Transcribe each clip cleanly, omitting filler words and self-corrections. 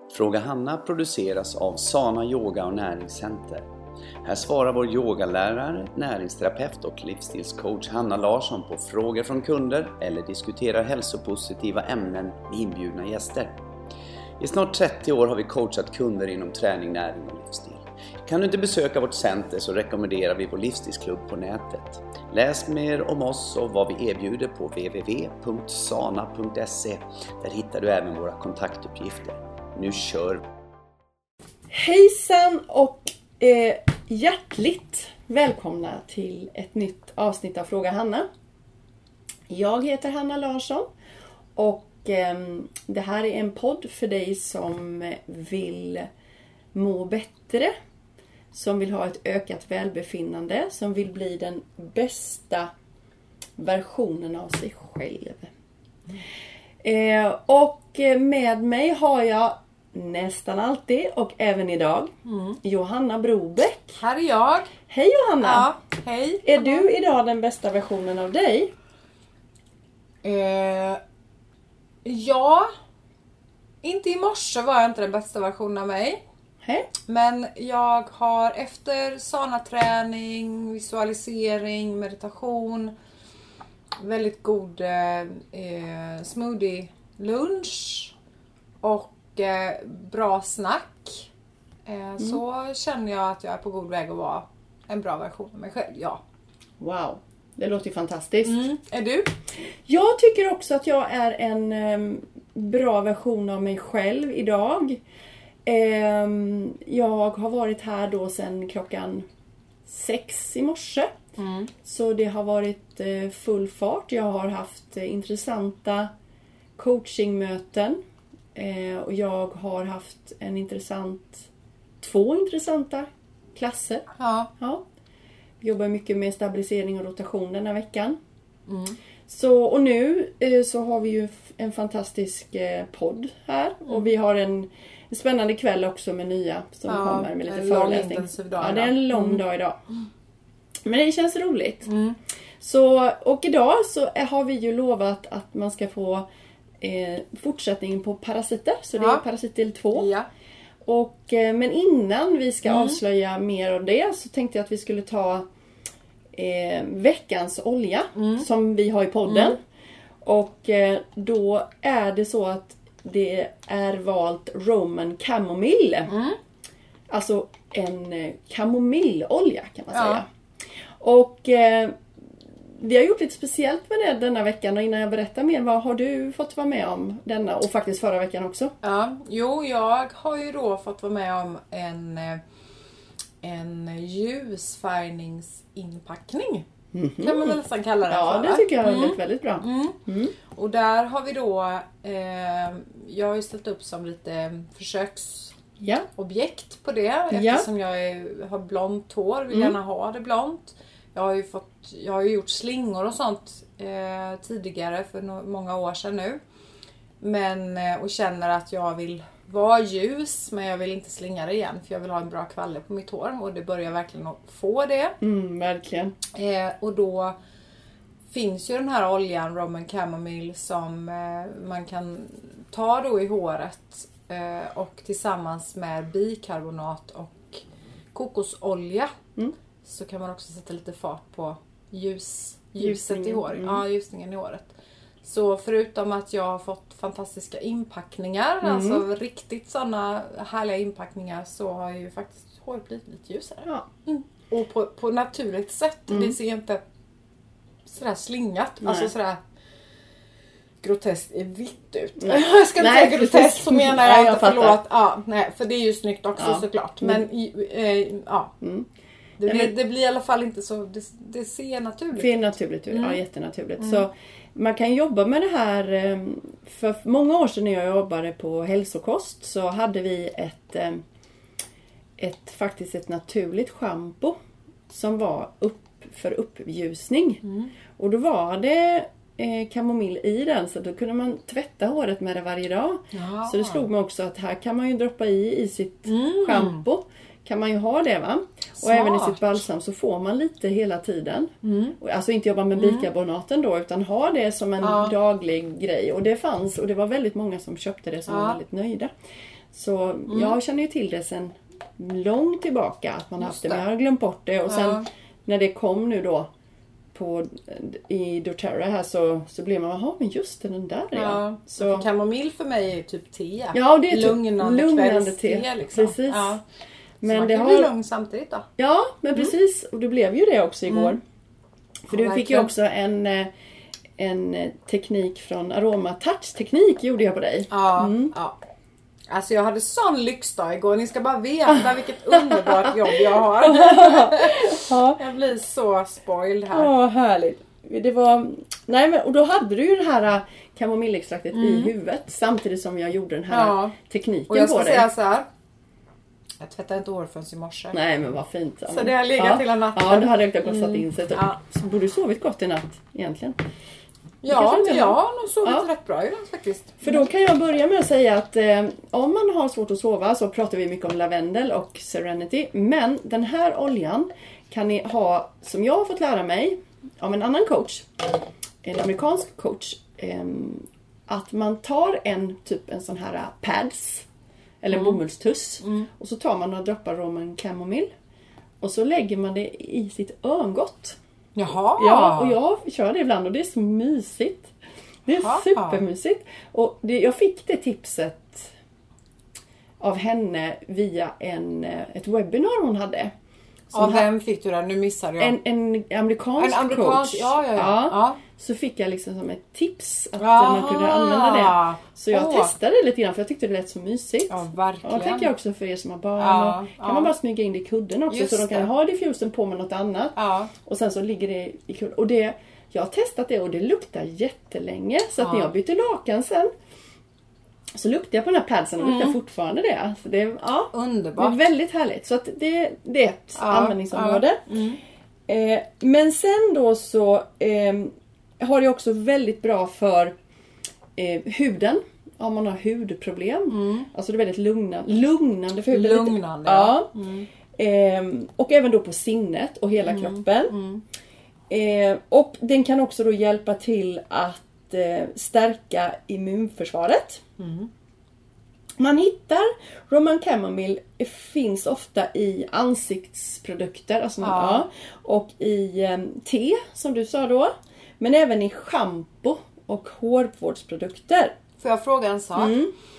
Fråga Hanna produceras av Sana Yoga och Näringscenter. Här svarar vår yogalärare, näringsterapeut och livsstilscoach Hanna Larsson på frågor från kunder eller diskuterar hälsopositiva ämnen med inbjudna gäster. I snart 30 år har vi coachat kunder inom träning, näring och livsstil. Kan du inte besöka vårt center så rekommenderar vi vår livsstilsklubb på nätet. Läs mer om oss och vad vi erbjuder på www.sana.se. Där hittar du även våra kontaktuppgifter. Nu kör vi! Hejsan och hjärtligt välkomna till ett nytt avsnitt av Fråga Hanna. Jag heter Hanna Larsson och det här är en podd för dig som vill må bättre, som vill ha ett ökat välbefinnande, som vill bli den bästa versionen av sig själv. Och med mig har jag nästan alltid och även idag Johanna Brobeck. Här är jag. Hej Johanna. Ja, hej. Är du idag den bästa versionen av dig? Ja. Inte i morse var jag inte den bästa versionen av mig. Hej. Men jag har efter sana-träning, visualisering, meditation, väldigt god smoothie lunch och bra snack. Så känner jag att jag är på god väg att vara en bra version av mig själv. Ja. Wow, det låter ju fantastiskt. Är du? Jag tycker också att jag är en bra version av mig själv idag. Jag har varit här då sedan klockan 6 i morse. Så det har varit full fart. Jag har haft intressanta coachingmöten. Och jag har haft två intressanta klasser. Ja. Jobbar mycket med stabilisering och rotation den här veckan. Så, och nu så har vi ju en fantastisk podd här. Och vi har en spännande kväll också med nya som kommer med lite föreläsning. Ja, det är en lång dag idag. Men det känns roligt. Så, och idag så har vi ju lovat att man ska få fortsättning på parasiter. Så det är parasit del 2. Ja. Och, men innan vi ska avslöja mer av det så tänkte jag att vi skulle ta veckans olja som vi har i podden. Och då är det så att det är valt Roman Chamomile. Alltså en kamomillolja kan man säga. Och vi har gjort lite speciellt med det denna veckan. Och innan jag berättar mer, vad har du fått vara med om denna? Och faktiskt förra veckan också. Ja, jag har ju då fått vara med om en ljusfärgningsinpackning. Kan man väl nästan kalla det för. Ja, det tycker jag är väldigt bra. Och där har vi då, jag har ju ställt upp som lite försöksobjekt på det. Eftersom jag har blont hår, vill gärna ha det blont. Jag har ju gjort slingor och sånt tidigare för många år sedan nu. Och känner att jag vill vara ljus, men jag vill inte slinga det igen. För jag vill ha en bra kvalle på mitt hår. Och det börjar verkligen att få det. Verkligen. Och då finns ju den här oljan Roman Chamomile som man kan ta då i håret. Och tillsammans med bikarbonat och kokosolja. Så kan man också sätta lite fart på ljuset i håret. Ja, ljusningen i håret. Så förutom att jag har fått fantastiska inpackningar, alltså riktigt sådana härliga inpackningar, så har ju faktiskt håret blivit lite ljusare. Ja. Och på naturligt sätt. Det ser inte sådär slingat, alltså sådär groteskt vitt ut. Jag ska inte säga groteskt, så menar jag inte, förlåt. Ja, nej, för det är ju snyggt också såklart. Men Det blir i alla fall inte så, det ser naturligt ut. Det ser naturligt ut, ja, jättenaturligt. Så man kan jobba med det här. För många år sedan när jag jobbade på hälsokost så hade vi faktiskt ett naturligt shampoo som var för uppljusning. Och då var det kamomill i den, så då kunde man tvätta håret med det varje dag. Ja. Så det slog mig också att här kan man ju droppa i sitt shampoo. Kan man ju ha det, va? Smart. Och även i sitt balsam så får man lite hela tiden. Alltså inte jobba med bikarbonaten då, utan ha det som en daglig grej. Och det fanns, och det var väldigt många som köpte det som var väldigt nöjda. Så jag känner ju till det sen långt tillbaka att man haft det. Men jag har glömt bort det. Och sen när det kom nu då i doTERRA här så blev man, jaha men just det, den där Så kamomill för mig är typ te. Ja, det är lugnande te. Liksom. Precis. Ja. Men så man det kan bli lugn samtidigt då. Ja, men precis. Och det blev ju det också igår. För du fick ju också en teknik från Aroma Touch-teknik gjorde jag på dig. Ja. Alltså jag hade sån lyxdag igår. Ni ska bara veta vilket underbart jobb jag har. Jag blir så spoiled här. Ja, härligt. Det var... Nej, men och då hade du ju det här kamomillextraktet i huvudet samtidigt som jag gjorde den här tekniken på dig. Och jag ska säga så här. Jag tvättade inte hår förrän i morse. Nej, men vad fint. Så det har legat hela natten. Ja, det hade jag kostat in sig. Så borde du sovit gott i natt egentligen. Ja, men jag har nog sovit rätt bra i den faktiskt. För då kan jag börja med att säga att om man har svårt att sova så pratar vi mycket om lavendel och serenity. Men den här oljan kan ni ha, som jag har fått lära mig av en annan coach, en amerikansk coach, att man tar en sån här pads eller bomullstuss och så tar man några droppar Roman Chamomile och så lägger man det i sitt örngott. Jaha. Ja, och jag kör det ibland och det är så mysigt. Det är supermysigt. Och jag fick det tipset av henne via ett webbinar hon hade. Av vem fick du det? Nu missade jag. En amerikansk coach. Ja. Så fick jag liksom som ett tips att man kunde använda det. Så jag testade lite grann för jag tyckte det lät så mysigt. Ja, verkligen. Och tänker jag också för er som har barn. Kan man bara smyga in det i kudden också. Just så de kan ha diffusen på med något annat. Och sen så ligger det i kudden. Och jag har testat det och det luktar jättelänge. Så att när jag bytte lakan sen så luktar jag på den här padsen och luktar fortfarande det. Så det är underbart. Det är väldigt härligt. Så att det är ett användningsområde. Men sen då så har det också väldigt bra för huden. Om man har hudproblem. Alltså det är väldigt lugnande för huden. Lugnande, och även då på sinnet och hela kroppen. Och den kan också då hjälpa till att stärka immunförsvaret. Man hittar Roman Chamomile finns ofta i ansiktsprodukter och i te som du sa då, men även i shampoo och hårvårdsprodukter. Får jag fråga en sak?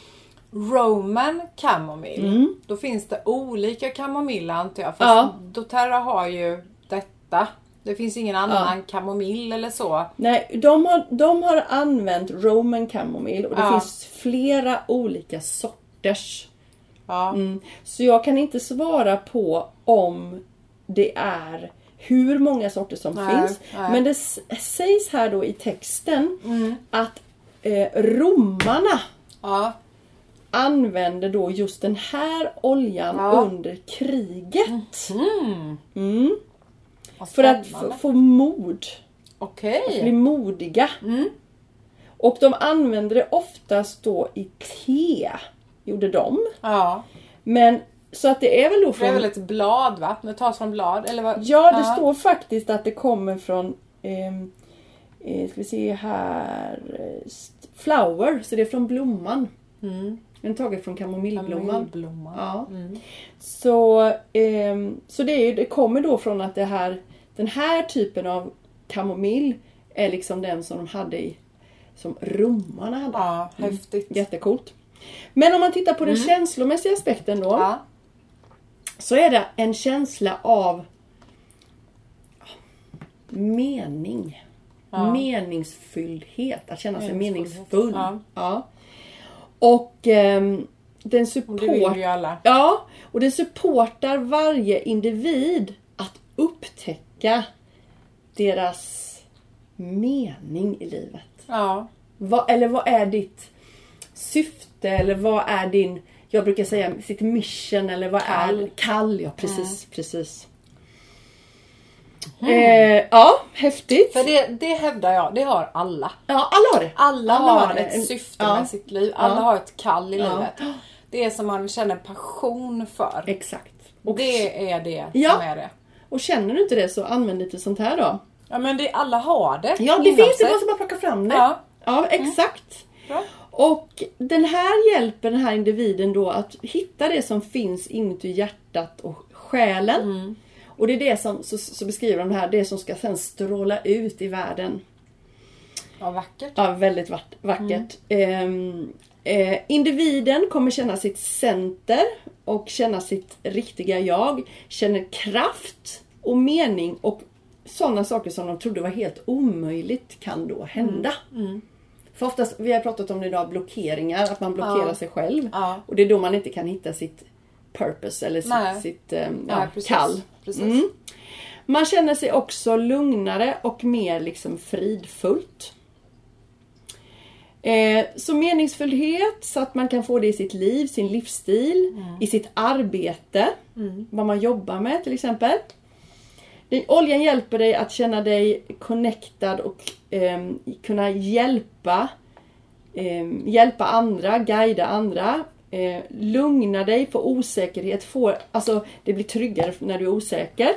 Roman Chamomile. Då finns det olika kamomilla antar jag. För doTERRA har ju detta. Det finns ingen annan kamomill eller så. Nej, de har använt Roman Chamomile och det finns flera olika sorters. Så jag kan inte svara på om det är hur många sorter som finns. Men det sägs här då i texten att romarna använde då just den här oljan under kriget. För att få mod. Okej. Att bli modiga. Och de använde det oftast då i te. Gjorde de. Men så att det är väl då från... Det är väl ett blad va? Det tas från blad eller vad? Ja, det står faktiskt att det kommer från ska vi se här, flower, så det är från blomman. Den är taget från kamomillblomman. Så det kommer då från att den här typen av kamomill är liksom den som de hade som romarna hade. Häftigt. Jättecoolt. Men om man tittar på den känslomässiga aspekten då. Så är det en känsla av mening. Meningsfylldhet. Att känna sig meningsfull. Och den supportar varje individ att upptäcka deras mening i livet. Vad är ditt syfte eller vad är din, jag brukar säga sitt mission eller vad är kall, ja precis. Häftigt. För det hävdar jag, det har alla. Ja, alla har det. Alla har ett syfte med sitt liv. Alla har ett kall i livet. Det är som man känner passion för. Exakt. Och det är det som är det. Och känner du inte det så använd lite sånt här då. Ja men alla har det. Ja, det finns det, måste bara plocka fram det. Ja, exakt. Och den här hjälper den här individen då att hitta det som finns inuti hjärtat och själen. Och det är det som, så beskriver de här, det som ska sen stråla ut i världen. Ja, vackert. Ja, väldigt vackert. Individen kommer känna sitt center och känna sitt riktiga jag. Känner kraft och mening och sådana saker som de trodde var helt omöjligt kan då hända. För oftast, vi har pratat om det idag, blockeringar, att man blockerar sig själv. Ja. Och det är då man inte kan hitta sitt purpose eller sitt kall. Precis. Man känner sig också lugnare och mer liksom fridfullt. Så meningsfullhet så att man kan få det i sitt liv, sin livsstil, i sitt arbete, vad man jobbar med till exempel. Oljan hjälper dig att känna dig connectad och kunna hjälpa andra, guida andra, lugna dig på osäkerhet, alltså det blir tryggare när du är osäker.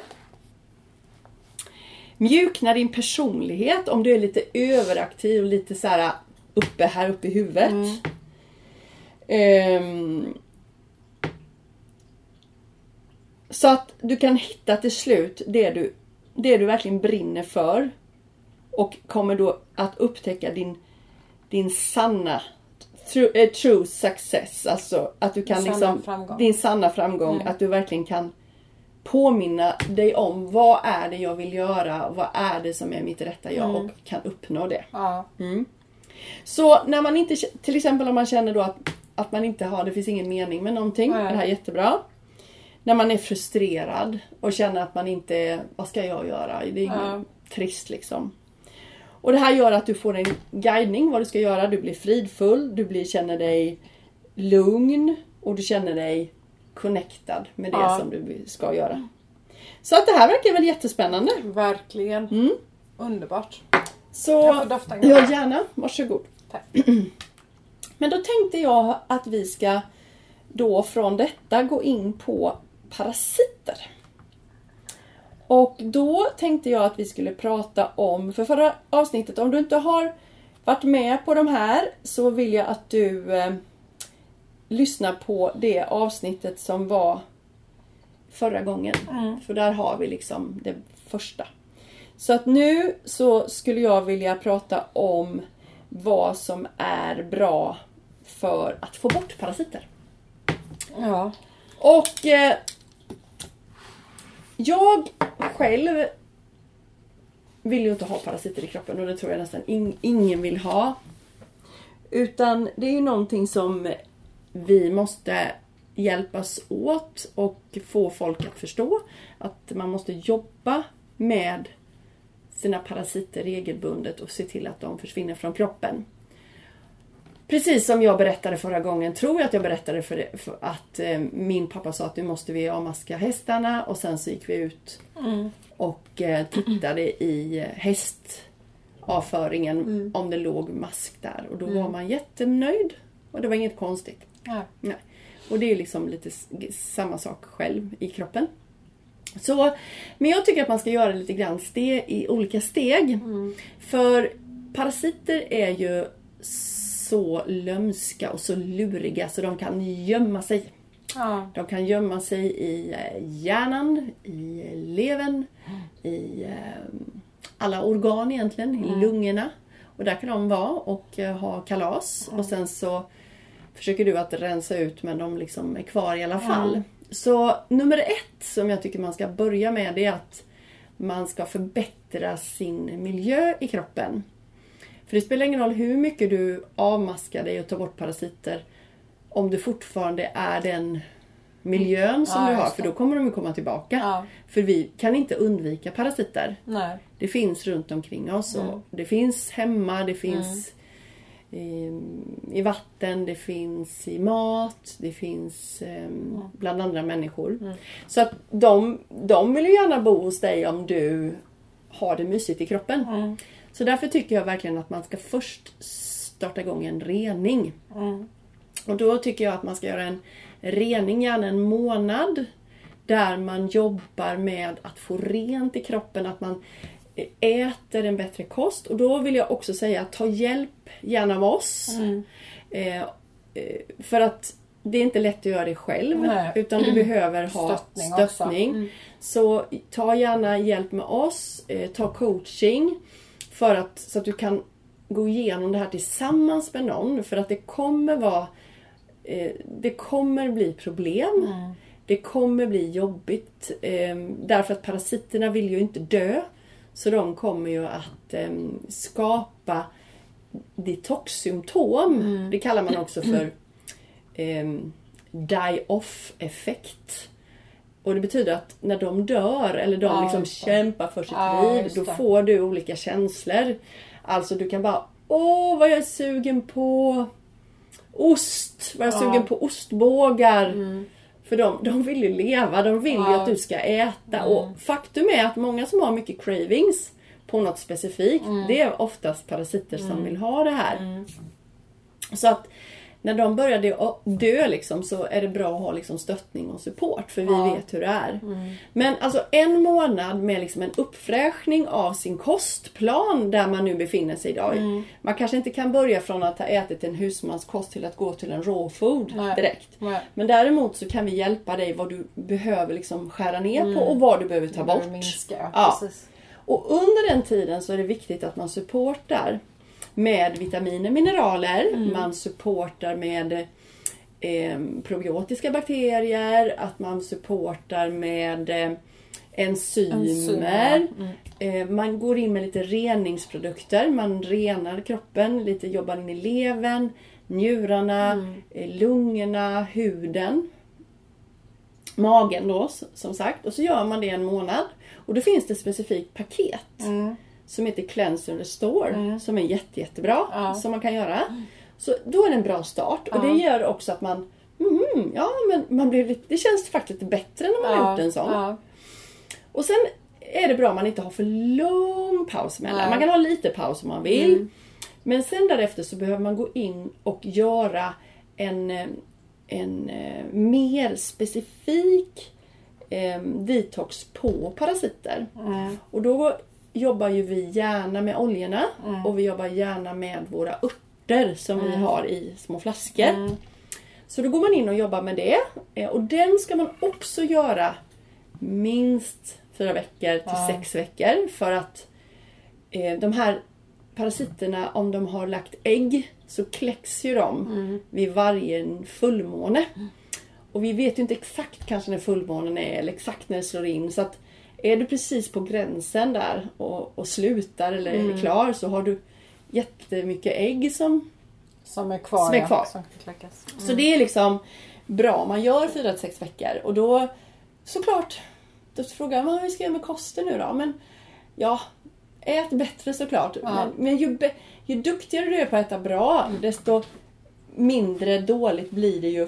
Mjukna din personlighet om du är lite överaktiv och lite så här här uppe i huvudet. Så att du kan hitta till slut det du verkligen brinner för. Och kommer då att upptäcka din sanna true success. Alltså att du kan din sanna framgång. Att du verkligen kan påminna dig om vad är det jag vill göra. Vad är det som är mitt rätta jag och kan uppnå det. Så när man inte, till exempel om man känner då att man inte har, det finns ingen mening med någonting. Det här är jättebra. När man är frustrerad och känner att man inte, vad ska jag göra? Det är inget trist liksom. Och det här gör att du får en guidning vad du ska göra. Du blir fridfull, känner dig lugn och du känner dig connectad med det som du ska göra. Så att det här verkar väl jättespännande. Verkligen. Underbart. Så jag får dofta gärna. Varsågod. Tack. Men då tänkte jag att vi ska då från detta gå in på parasiter. Och då tänkte jag att vi skulle prata om, för förra avsnittet, om du inte har varit med på de här så vill jag att du lyssnar på det avsnittet som var förra gången. För där har vi liksom det första. Så att nu så skulle jag vilja prata om vad som är bra för att få bort parasiter. Ja. Och jag själv vill ju inte ha parasiter i kroppen och det tror jag nästan ingen vill ha. Utan det är ju någonting som vi måste hjälpas åt och få folk att förstå. Att man måste jobba med sina parasiter regelbundet och se till att de försvinner från kroppen. Precis som jag berättade förra gången, tror jag att jag berättade för att min pappa sa att nu måste vi avmaska hästarna och sen så gick vi ut och tittade i hästavföringen om det låg mask där. Och då var man jättenöjd och det var inget konstigt. Nej. Och det är liksom lite samma sak själv i kroppen. Så, men jag tycker att man ska göra lite grann i olika steg. För parasiter är ju så lömska och så luriga så de kan gömma sig. De kan gömma sig i hjärnan, i levern, i alla organ egentligen, i lungorna. Och där kan de vara och ha kalas. Och sen så försöker du att rensa ut men de liksom är kvar i alla fall. Så nummer 1 som jag tycker man ska börja med är att man ska förbättra sin miljö i kroppen. För det spelar ingen roll hur mycket du avmaskar dig och tar bort parasiter om det fortfarande är den miljön som du har. För då kommer de att komma tillbaka. För vi kan inte undvika parasiter. Nej. Det finns runt omkring oss. Och det finns hemma, det finns i vatten, det finns i mat, det finns bland andra människor. Så att de vill ju gärna bo hos dig om du har det mysigt i kroppen. Så därför tycker jag verkligen att man ska först starta igång en rening. Och då tycker jag att man ska göra en rening gärna en månad. Där man jobbar med att få rent i kroppen. Att man äter en bättre kost. Och då vill jag också säga att ta hjälp gärna av oss. För att det är inte lätt att göra det själv. Nej. Utan du behöver ha stöttning. Så ta gärna hjälp med oss. Ta coaching. Så att du kan gå igenom det här tillsammans med någon. För att det kommer bli problem. Det kommer bli jobbigt. Därför att parasiterna vill ju inte dö. Så de kommer ju att skapa detox-symptom. Det kallar man också för die-off-effekt. Och det betyder att när de dör eller de liksom kämpar för sitt liv, då får du olika känslor. Alltså du kan bara, vad jag är sugen på ost, vad jag är sugen på ostbågar. För de vill ju leva, de vill ju att du ska äta. Och faktum är att många som har mycket cravings på något specifikt, det är oftast parasiter som vill ha det här. Så att när de börjar dö liksom, så är det bra att ha liksom stöttning och support. För vi vet hur det är. Men alltså 1 månad med liksom en uppfräschning av sin kostplan där man nu befinner sig idag. Man kanske inte kan börja från att ha ätit en husmanskost till att gå till en raw food direkt. Men däremot så kan vi hjälpa dig vad du behöver liksom skära ner på och vad du behöver ta bort. Precis. Och under den tiden så är det viktigt att man supportar med vitaminer, mineraler. Man supportar med probiotiska bakterier. Att man supportar med enzymer. Man går in med lite reningsprodukter. Man renar kroppen. Lite jobbar in i levern, njurarna, lungorna, huden. Magen då, som sagt. Och så gör man det 1 månad. Och då finns det ett specifikt paket. Som heter Cleanse and Restore. Som är jättebra. Som man kan göra. Så då är det en bra start. Och det gör också att man... men man blir lite, det känns faktiskt bättre när man har gjort en sån. Och sen är det bra om man inte har för lång paus mellan. Man kan ha lite paus om man vill. Men sen därefter så behöver man gå in och göra en mer specifik detox på parasiter. Och då jobbar ju vi gärna med oljorna. Och vi jobbar gärna med våra örter som vi har i små flaskor. Så då går man in och jobbar med det. Och den ska man också göra minst 4 veckor till 6 veckor. För att de här parasiterna, om de har lagt ägg, så kläcks ju de vid varje fullmåne. Och vi vet ju inte exakt kanske när fullmånen är eller exakt när det slår in. Så att är du precis på gränsen där och slutar eller är klar, så har du jättemycket ägg som är kvar. Som kläckas. Så det är liksom bra. Man gör 4-6 veckor. Och då såklart, då frågar man vad ska jag göra med kosten nu då? Men ät bättre såklart. Men ju duktigare du är på att äta bra, desto mindre dåligt blir det ju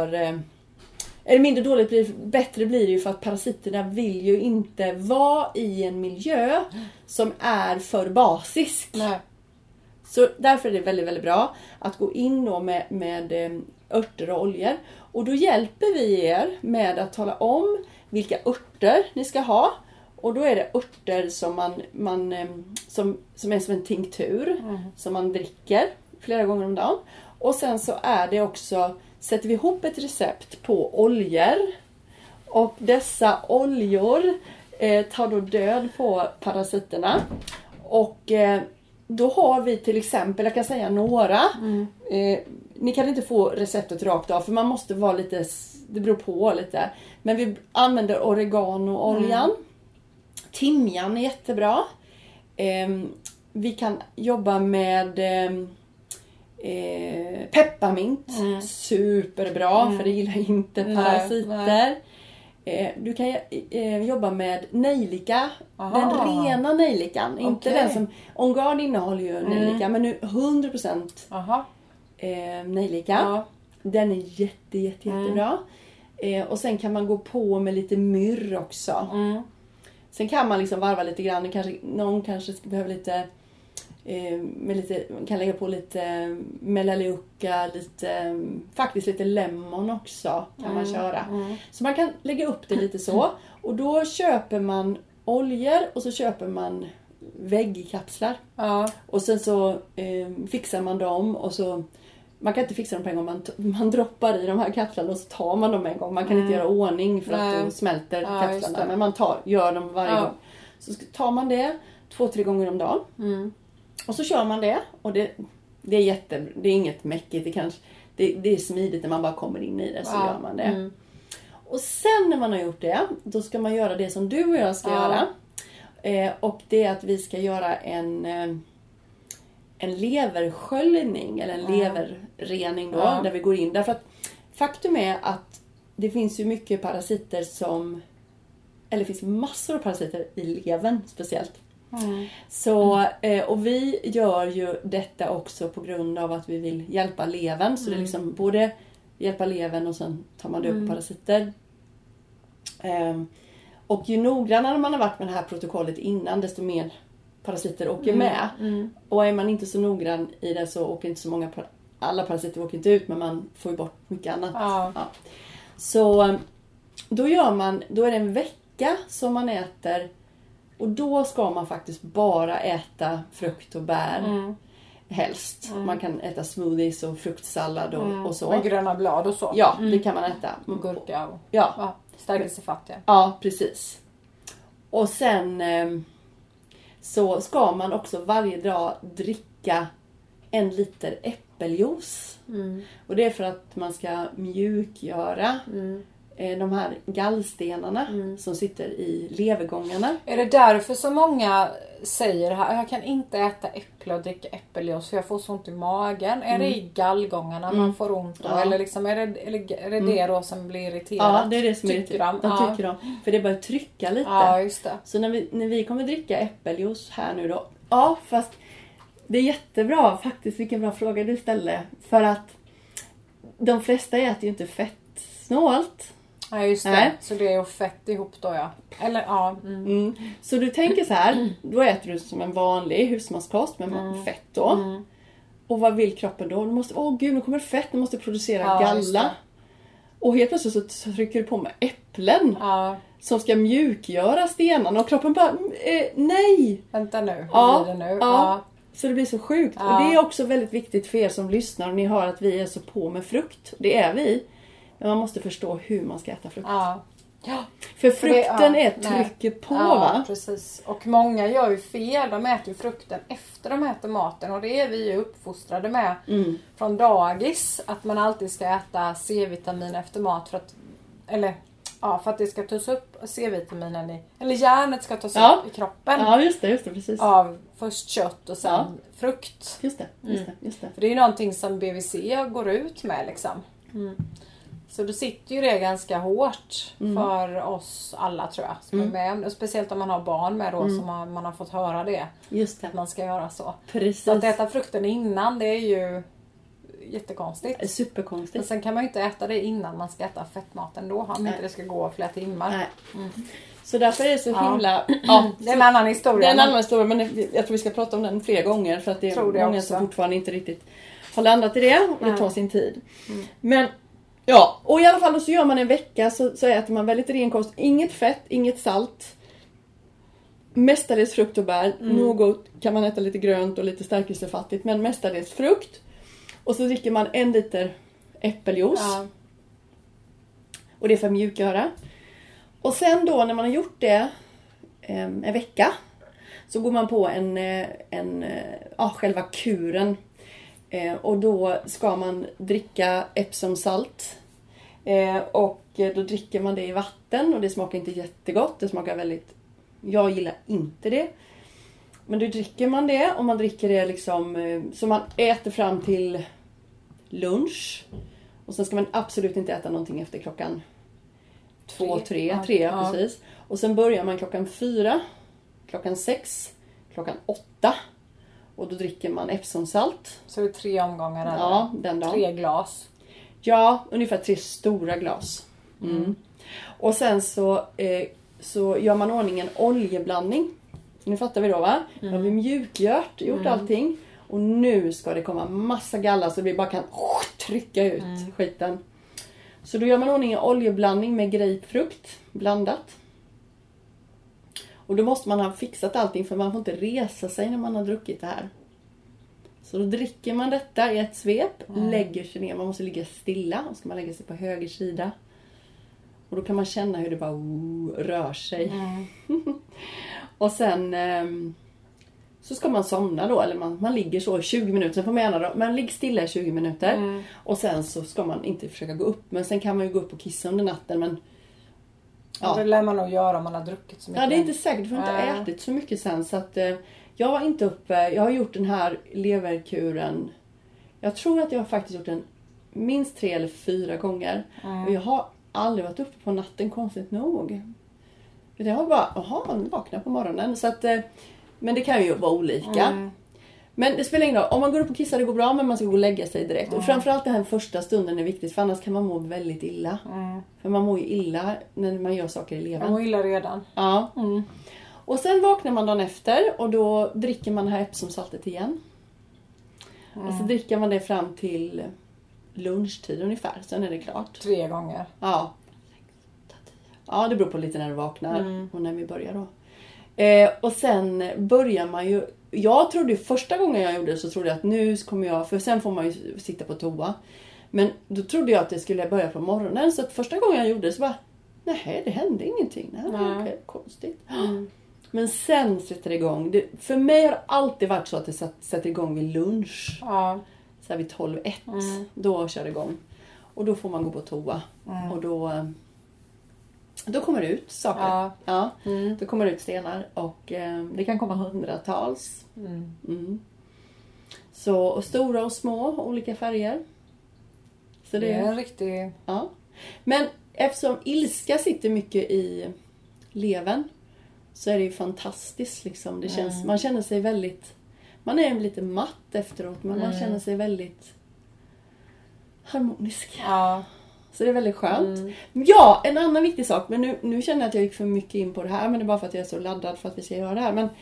bättre blir det ju för att parasiterna vill ju inte vara i en miljö som är för basisk. Så därför är det väldigt, väldigt bra att gå in då med örter och oljor. Och då hjälper vi er med att tala om vilka örter ni ska ha. Och då är det örter som är som en tinktur som man dricker flera gånger om dagen. Och sen så är det också, sätter vi ihop ett recept på oljor. Och dessa oljor tar då död på parasiterna. Och då har vi till exempel, jag kan säga några. Ni kan inte få receptet rakt av för man måste vara lite, det beror på lite. Men vi använder oregano-oljan. Timjan är jättebra. Vi kan jobba med pepparmint. Superbra, för det gillar inte parasiter. Du kan jobba med nejlika. Den rena nejlikan. Inte den som... On Guard innehåller ju nejlika. Men nu 100% nejlika. Den är jättebra. Och sen kan man gå på med lite myrr också. Sen kan man liksom varva lite grann. Någon kanske behöver lite... kan lägga på lite melaleuca, faktiskt lite lemon också kan man köra. Så man kan lägga upp det lite så. Och då köper man oljor och så köper man väggkapslar. Och sen så fixar man dem och så man kan inte fixa dem på en gång. Man droppar i de här kapslarna och så tar man dem en gång. Man kan inte göra ordning för att då smälter kapslarna. Men man gör dem varje gång. Så tar man det 2-3 gånger om dagen. Och så kör man det. Och det är inget mäckigt. Det är smidigt när man bara kommer in i det, så gör man det. Och sen när man har gjort det, då ska man göra det som du och jag ska göra. Och det är att vi ska göra en leversköljning eller en leverrening då, där vi går in. Därför att faktum är att det finns ju mycket parasiter eller det finns massor av parasiter i levern speciellt. Så, och vi gör ju detta också på grund av att vi vill hjälpa levern. Så det är liksom både hjälpa levern och sen tar man död på parasiter. Och ju noggrannare man har varit med det här protokollet innan, desto mer parasiter åker med. Och är man inte så noggrann i det så åker inte så många alla parasiter åker inte ut, men man får ju bort mycket annat. Ja. Så då är det en vecka som man äter, och då ska man faktiskt bara äta frukt och bär. Helst. Man kan äta smoothies och fruktsallad och så. Med gröna blad och så. Ja, det kan man äta. Gurka och stärkelsefattiga. Ja, precis. Och sen så ska man också varje dag dricka 1 liter äppeljuice. Och det är för att man ska mjukgöra de här gallstenarna som sitter i levergångarna. Är det därför så många säger här, jag kan inte äta äpple och dricka äppeljuice för jag får så ont i magen? Är det i gallgångarna man får ont då? Eller liksom, är det det då som blir irriterat? Ja, det är det som tycker de tycker de. För det börjar trycka lite. Ja, just det. Så när vi kommer dricka äppeljuice här nu då. Ja, fast det är jättebra faktiskt. Vilken bra fråga du ställde. För att de flesta äter ju inte fettsnålt. Ja, just det. Nej. Så det är ju fett ihop då, ja. Eller, ja. Så du tänker så här, då äter du som en vanlig husmanskost med fett då. Och vad vill kroppen då? Du måste, nu kommer fett, du måste producera galla. Och helt plötsligt så trycker du på med äpplen. Som ska mjukgöra stenarna. Och kroppen bara, nej! Vänta nu, hur blir det nu? Ja. Så det blir så sjukt. Och det är också väldigt viktigt för er som lyssnar. Och ni hör att vi är så på med frukt. Det är vi. Men man måste förstå hur man ska äta frukt. För frukten trycker på, va? Precis. Och många gör ju fel. De äter ju frukten efter de äter maten. Och det är vi ju uppfostrade med från dagis. Att man alltid ska äta C-vitamin efter mat. För att det ska tas upp C-vitaminen eller järnet ska tas upp i kroppen. Ja, just det, precis. Av först kött och sen frukt. Just det. För det är ju någonting som BVC går ut med liksom. Så då sitter ju det ganska hårt för oss alla, tror jag, som är med. Och speciellt om man har barn med då, som man har fått höra det. Just det. Att man ska göra så. Precis. Så att äta frukten innan, det är ju jättekonstigt. Superkonstigt. Men sen kan man ju inte äta det innan man ska äta fettmaten då. Om inte det ska gå flera timmar. Så därför är det så himla... det är en annan historia. Det är en annan historia, men jag tror vi ska prata om den fler gånger. För att det är många som fortfarande inte riktigt har landat i det. Och det tar sin tid. Men... Ja, och i alla fall så gör man en vecka så äter man väldigt ren kost. Inget fett, inget salt. Mestadels frukt och bär. Något kan man äta lite grönt och lite stärkelsefattigt. Men mestadels frukt. Och så dricker man 1 liter äppeljuice. Och det är för mjukgöra. Och sen då när man har gjort det en vecka. Så går man på själva kuren. Och då ska man dricka Epsom-salt. Och då dricker man det i vatten. Och det smakar inte jättegott. Det smakar väldigt... Jag gillar inte det. Men då dricker man det. Och man dricker det liksom... Så man äter fram till lunch. Och sen ska man absolut inte äta någonting efter klockan 2-3. Precis. Och sen börjar man klockan 4. Klockan 6. Klockan 8. Och då dricker man Epsom-salt. Så det är 3 omgångar eller? Ja, den dagen. 3 glas. Ja, ungefär 3 stora glas. Och sen så gör man ordning en oljeblandning. Nu fattar vi då, va? Då har vi gjort allting. Och nu ska det komma massa galla så vi bara kan trycka ut skiten. Så då gör man ordning en oljeblandning med grapefrukt blandat. Och då måste man ha fixat allting för man får inte resa sig när man har druckit det här. Så då dricker man detta i ett svep, lägger sig ner, man måste ligga stilla och ska man lägga sig på höger sida. Och då kan man känna hur det bara rör sig. Och sen så ska man somna då, eller man ligger så 20 minuter, sen får man gärna man ligger stilla i 20 minuter. Och sen så ska man inte försöka gå upp, men sen kan man ju gå upp och kissa under natten, men ja. Det lär man nog göra om man har druckit så mycket. Ja, det är inte säkert, du får inte ätit så mycket sen, så att jag var inte uppe, jag har gjort den här leverkuren, jag tror att jag har faktiskt gjort den minst 3 eller 4 gånger. Och jag har aldrig varit uppe på natten, konstigt nog. Jag har bara, vaknar på morgonen. Så att, men det kan ju vara olika. Men det spelar ingen roll. Om man går upp och kissar, det går bra, men man ska gå och lägga sig direkt. Och framförallt den här första stunden är viktigt, för annars kan man må väldigt illa. För man mår ju illa när man gör saker i levern. Man mår illa redan. Ja. Och sen vaknar man dagen efter och då dricker man det här Epsomsaltet igen. Och så dricker man det fram till lunchtid ungefär. Sen är det klart. 3 gånger. Ja. Ja, det beror på lite när du vaknar och när vi börjar då. Och sen börjar man ju... Jag trodde första gången jag gjorde det så trodde jag att nu kommer jag... För sen får man ju sitta på toa. Men då trodde jag att det skulle börja på morgonen. Så att första gången jag gjorde det så bara... Nej, det hände ingenting. Nej. Okay, konstigt. Men sen sätter det igång. För mig har det alltid varit så att det sätter igång vid lunch. Ja. Så här vid 12:01. Då kör det igång. Och då får man gå på toa. Och då kommer det ut saker. Ja. Då kommer det ut stenar. Och det kan komma hundratals. Så, och stora och små. Olika färger. Så det är en riktig... Ja. Men eftersom ilska sitter mycket i levern. Så är det ju fantastiskt liksom. Det känns, man känner sig väldigt... Man är lite matt efteråt. Men man känner sig väldigt harmonisk. Ja. Så det är väldigt skönt. Ja, en annan viktig sak. Men nu känner jag att jag gick för mycket in på det här. Men det är bara för att jag är så laddad för att vi ska göra det här. Men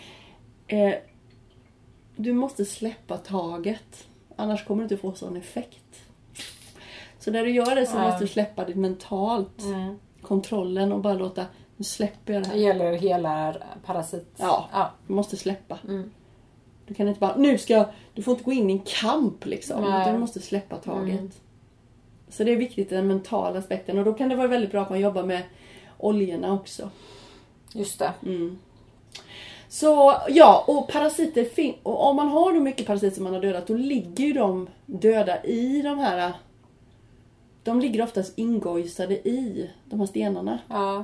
du måste släppa taget. Annars kommer du inte få sån effekt. Så när du gör det så måste du släppa det mentalt. Kontrollen och bara låta... Nu släpper jag det här. Det gäller hela parasit. Ja, du måste släppa. Du kan inte bara... Du får inte gå in i en kamp liksom. Utan du måste släppa taget. Så det är viktigt, den mentala aspekten. Och då kan det vara väldigt bra att man jobbar med oljorna också. Just det. Så ja, och parasiter och om man har då mycket parasiter som man har dödat, då ligger ju de döda i de här... De ligger oftast ingojsade i de här stenarna. Ja.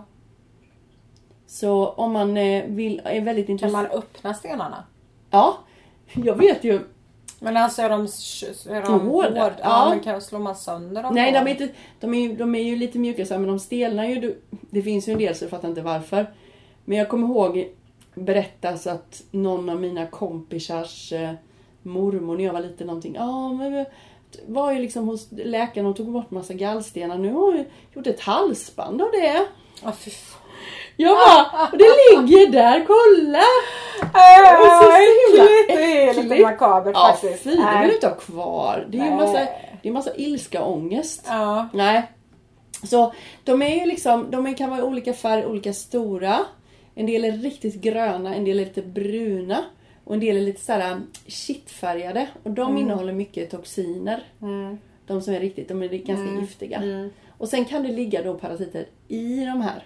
Så om man är väldigt intresserad... Kan man öppna stenarna? Ja, jag vet ju... Men alltså är de hårda? Ja, men kan slå man sönder dem? Nej, de är ju lite mjuka så här, men de stelnar ju. Det finns ju en del så jag fattar inte varför. Men jag kommer ihåg berättas att någon av mina kompisars mormor när jag var liten någonting. Men var ju liksom hos läkaren och tog bort massa gallstenar. Nu har jag gjort ett halsband av det. Ja, fy fan. Jag bara, och det ligger där, kolla! Och så det är lite makabert faktiskt. Det vill du inte ha kvar. Det är ju massa ilska och ångest. Ja. Nej. Så de är ju liksom, de kan vara olika färg, olika stora. En del är riktigt gröna, en del är lite bruna. Och en del är lite såhär kittfärgade. Och de innehåller mycket toxiner. De som är riktigt, de är ganska giftiga. Och sen kan det ligga då parasiter i de här.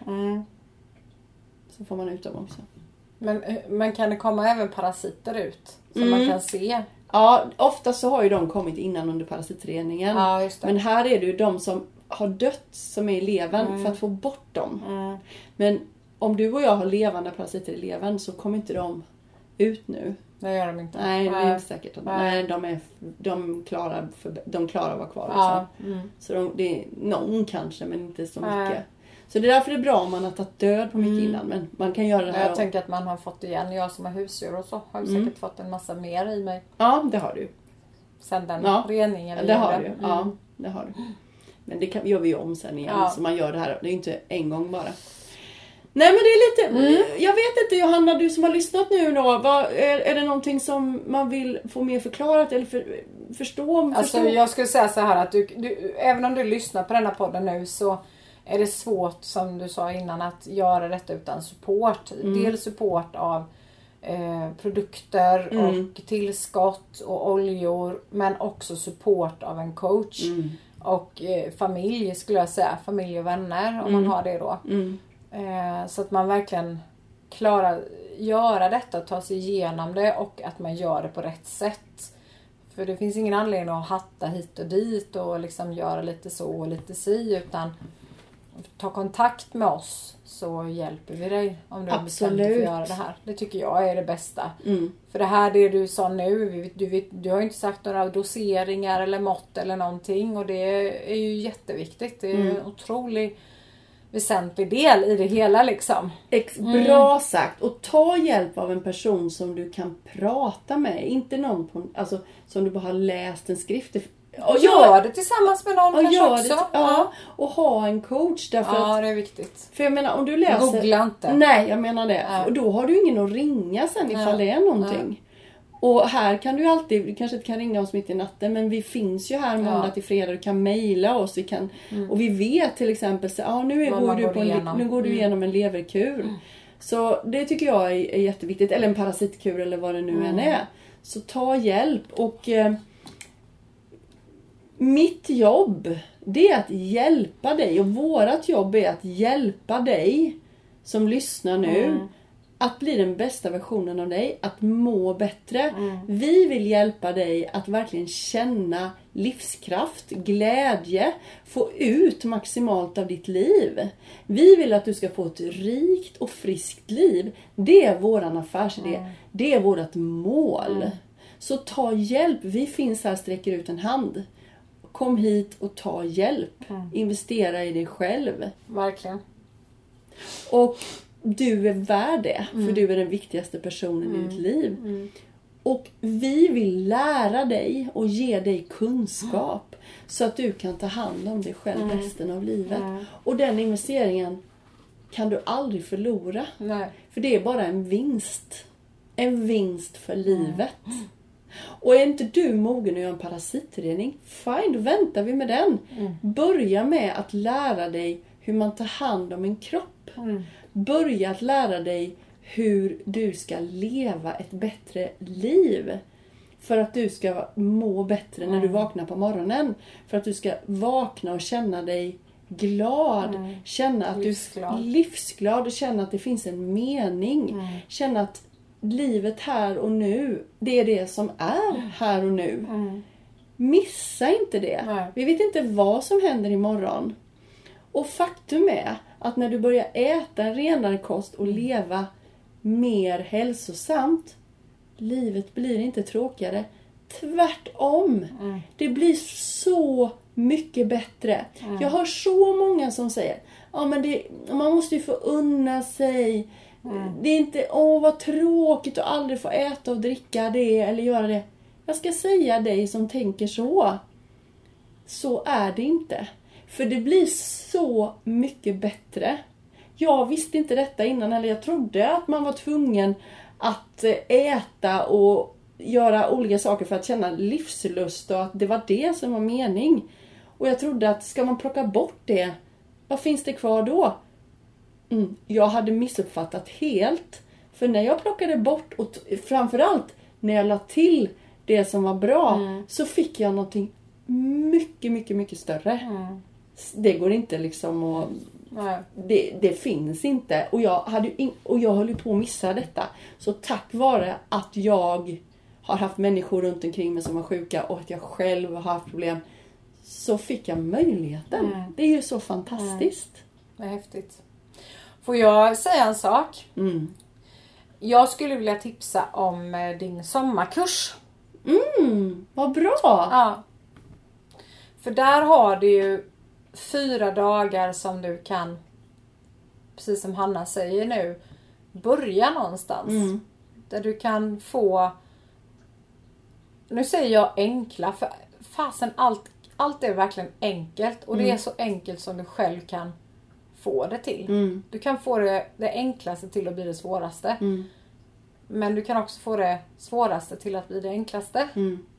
Så får man ut dem också. Men kan det komma även parasiter ut? Som man kan se? Ja, ofta så har ju de kommit innan under parasitreningen. Ja, just det. Men här är det ju de som har dött som är i levern för att få bort dem. Men om du och jag har levande parasiter i levern så kommer inte de ut nu. Det gör de inte. Nej, det är inte säkert. Nej, de klarar att vara kvar. Liksom. Så det är någon kanske, men inte så mycket. Så det är därför det är bra om man har tagit död på mycket innan. Men man kan göra det här. Jag tänker att man har fått igen. Jag som har husdjur och så har ju säkert fått en massa mer i mig. Ja, det har du. Sen den reningen. Det har du. Ja, det har du. Men det gör vi ju om sen igen. Så man gör det här. Det är inte en gång bara. Nej, men det är lite... Jag vet inte, Johanna, du som har lyssnat nu då. Är det någonting som man vill få mer förklarat eller förstå? Alltså jag skulle säga så här att du, även om du lyssnar på denna podden nu så är det svårt, som du sa innan, att göra detta utan support. Dels support av produkter och tillskott och oljor, men också support av en coach och familj skulle jag säga, familj och vänner om man har det då. Så att man verkligen klarar göra detta, ta sig igenom det och att man gör det på rätt sätt. För det finns ingen anledning att hatta hit och dit och liksom göra lite så och lite si, utan ta kontakt med oss så hjälper vi dig om du har bestämt dig för att göra det här. Det tycker jag är det bästa. För det här, det du sa nu, du har ju inte sagt några doseringar eller mått eller någonting, och det är ju jätteviktigt. Det är ju en otrolig väsentlig del i det hela liksom. Bra sagt. Och ta hjälp av en person som du kan prata med. Inte någon som du bara har läst en skrift. Och gör det tillsammans med någon kanske också. Och ha en coach. Därför det är viktigt. För jag menar, om du läser... Googla inte. Nej, jag menar det. Och då har du ingen att ringa sen ifall det är någonting. Och här kan du alltid, du kanske inte kan ringa oss mitt i natten, men vi finns ju här måndag till fredag. Du kan mejla oss. Och vi vet till exempel så, nu går du igenom en leverkur. Så det tycker jag är jätteviktigt. Eller en parasitkur eller vad det nu än är. Så ta hjälp. Och mitt jobb, det är att hjälpa dig. Och vårat jobb är att hjälpa dig som lyssnar nu. Att bli den bästa versionen av dig. Att må bättre. Vi vill hjälpa dig att verkligen känna livskraft, glädje. Få ut maximalt av ditt liv. Vi vill att du ska få ett rikt och friskt liv. Det är våran affärsidé. Det är vårat mål. Så ta hjälp. Vi finns här, sträcker ut en hand. Kom hit och ta hjälp. Investera i dig själv. Verkligen. Och du är värd det. För du är den viktigaste personen i ditt liv. Och vi vill lära dig och ge dig kunskap. Så att du kan ta hand om dig själv resten av livet. Och den investeringen kan du aldrig förlora. Nej. För det är bara en vinst. En vinst för livet. Och är inte du mogen att göra en parasitrening? Fine, då väntar vi med den. Börja med att lära dig hur man tar hand om en kropp. Börja att lära dig hur du ska leva ett bättre liv. För att du ska må bättre när du vaknar på morgonen. För att du ska vakna och känna dig glad. Känna att livsglad. Du är livsglad och känna att det finns en mening. Känna att livet här och nu, det är det som är här och nu. Missa inte det. Nej. Vi vet inte vad som händer imorgon. Och faktum är att när du börjar äta en renare kost och leva mer hälsosamt, livet blir inte tråkigare. Tvärtom. Det blir så mycket bättre. Jag hör så många som säger, men man måste ju få unna sig. Det är inte, vad tråkigt att aldrig få äta och dricka det eller göra det. Jag ska säga dig som tänker så. Så är det inte. För det blir så mycket bättre. Jag visste inte detta innan, eller jag trodde att man var tvungen att äta och göra olika saker för att känna livslust och att det var det som var mening. Och jag trodde att ska man plocka bort det, vad finns det kvar då? Jag hade missuppfattat helt. För när jag plockade bort och framförallt när jag la till det som var bra, så fick jag någonting mycket, mycket, mycket större. Det går inte liksom att... Det finns inte. Och jag höll på att missa detta. Så tack vare att jag har haft människor runt omkring mig som var sjuka och att jag själv har haft problem, så fick jag möjligheten. Det är ju så fantastiskt. Det är häftigt. Får jag säga en sak? Jag skulle vilja tipsa om din sommarkurs. Vad bra! Ja. För där har du ju 4 dagar som du kan, precis som Hanna säger nu, börja någonstans. Där du kan få, nu säger jag enkla, för fasen allt är verkligen enkelt. Och det är så enkelt som du själv kan få det till. Du kan få det enklaste till att bli det svåraste. Men du kan också få det svåraste till att bli det enklaste.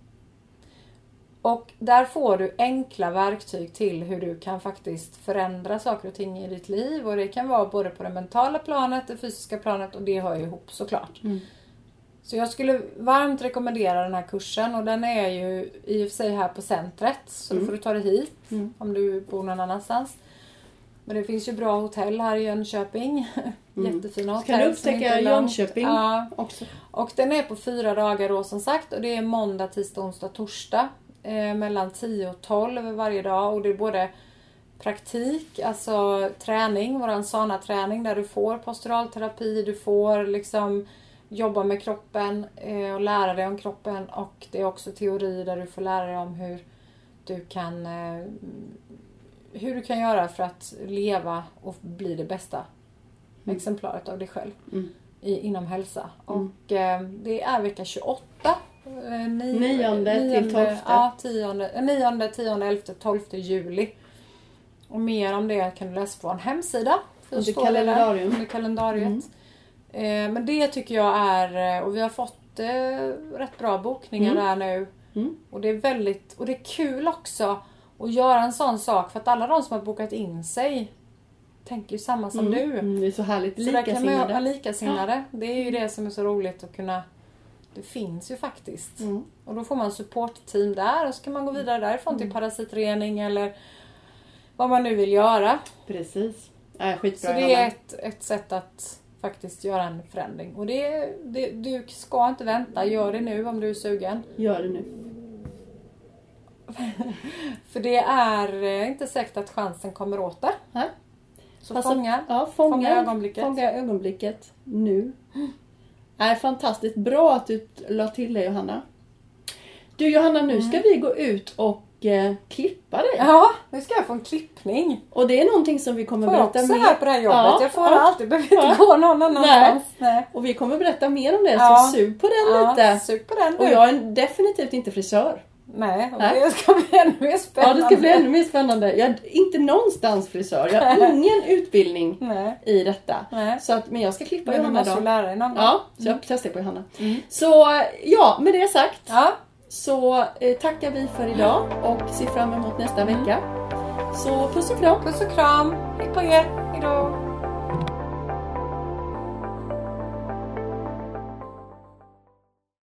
Och där får du enkla verktyg till hur du kan faktiskt förändra saker och ting i ditt liv. Och det kan vara både på det mentala planet, det fysiska planet, och det hör ju ihop såklart. Så jag skulle varmt rekommendera den här kursen och den är ju i och för sig här på centret. Så då får du ta dig hit om du bor någon annanstans. Men det finns ju bra hotell här i Jönköping. Jättefina hotell. Kan du upptäcka Jönköping också? Och den är på 4 dagar då som sagt. Och det är måndag, tisdag, onsdag, torsdag. Mellan 10 och 12 varje dag. Och det är både praktik, alltså träning, våran sana-träning där du får posturalterapi, du får liksom jobba med kroppen och lära dig om kroppen. Och det är också teori där du får lära dig om hur du kan göra för att leva och bli det bästa exemplaret av dig själv inom hälsa. Och det är vecka 28. 9 till 12. Ja, 9, 10, 11, 12 juli. Och mer om det kan du läsa på en hemsida. Under kalendariet. Men det tycker jag är, och vi har fått rätt bra bokningar där nu. Och det är och det är kul också att göra en sån sak, för att alla de som har bokat in sig tänker ju samma som du. Det är så härligt, likasinnade. Det är ju det som är så roligt att kunna. Det finns ju faktiskt. Och då får man supportteam där och så kan man gå vidare därifrån till parasitrening eller vad man nu vill göra. Precis. Skitbra. Så det är ett sätt att faktiskt göra en förändring. Och du ska inte vänta. Gör det nu om du är sugen. Gör det nu. För det är inte säkert att chansen kommer åter. Nej. Så fånga ögonblicket. Fånga ögonblicket nu. Fantastiskt bra att du la till det, Johanna. Du Johanna, nu ska vi gå ut och klippa dig. Ja, nu ska jag få en klippning. Och det är någonting som vi kommer berätta mer. här på det här jobbet. Ja, jag får alltid behöva inte gå någon annanstans. Nej. Och vi kommer berätta mer om det. Så sug på den lite. Sug på den nu. Och jag är definitivt inte frisör. Nej, och det ska bli ännu mer spännande. Ja, det ska bli ännu mer spännande. Jag är inte någonstans frisör. Jag har ingen utbildning i detta. Nej. Så att, men jag ska klippa Johanna. Johanna Du måste lära dig någon gång. Ja, så jag testar på Johanna. Så ja, med det sagt. Ja. Så tackar vi för idag och ser fram emot nästa vecka. Så puss och kram. Puss och kram. Hej på er. Hejdå.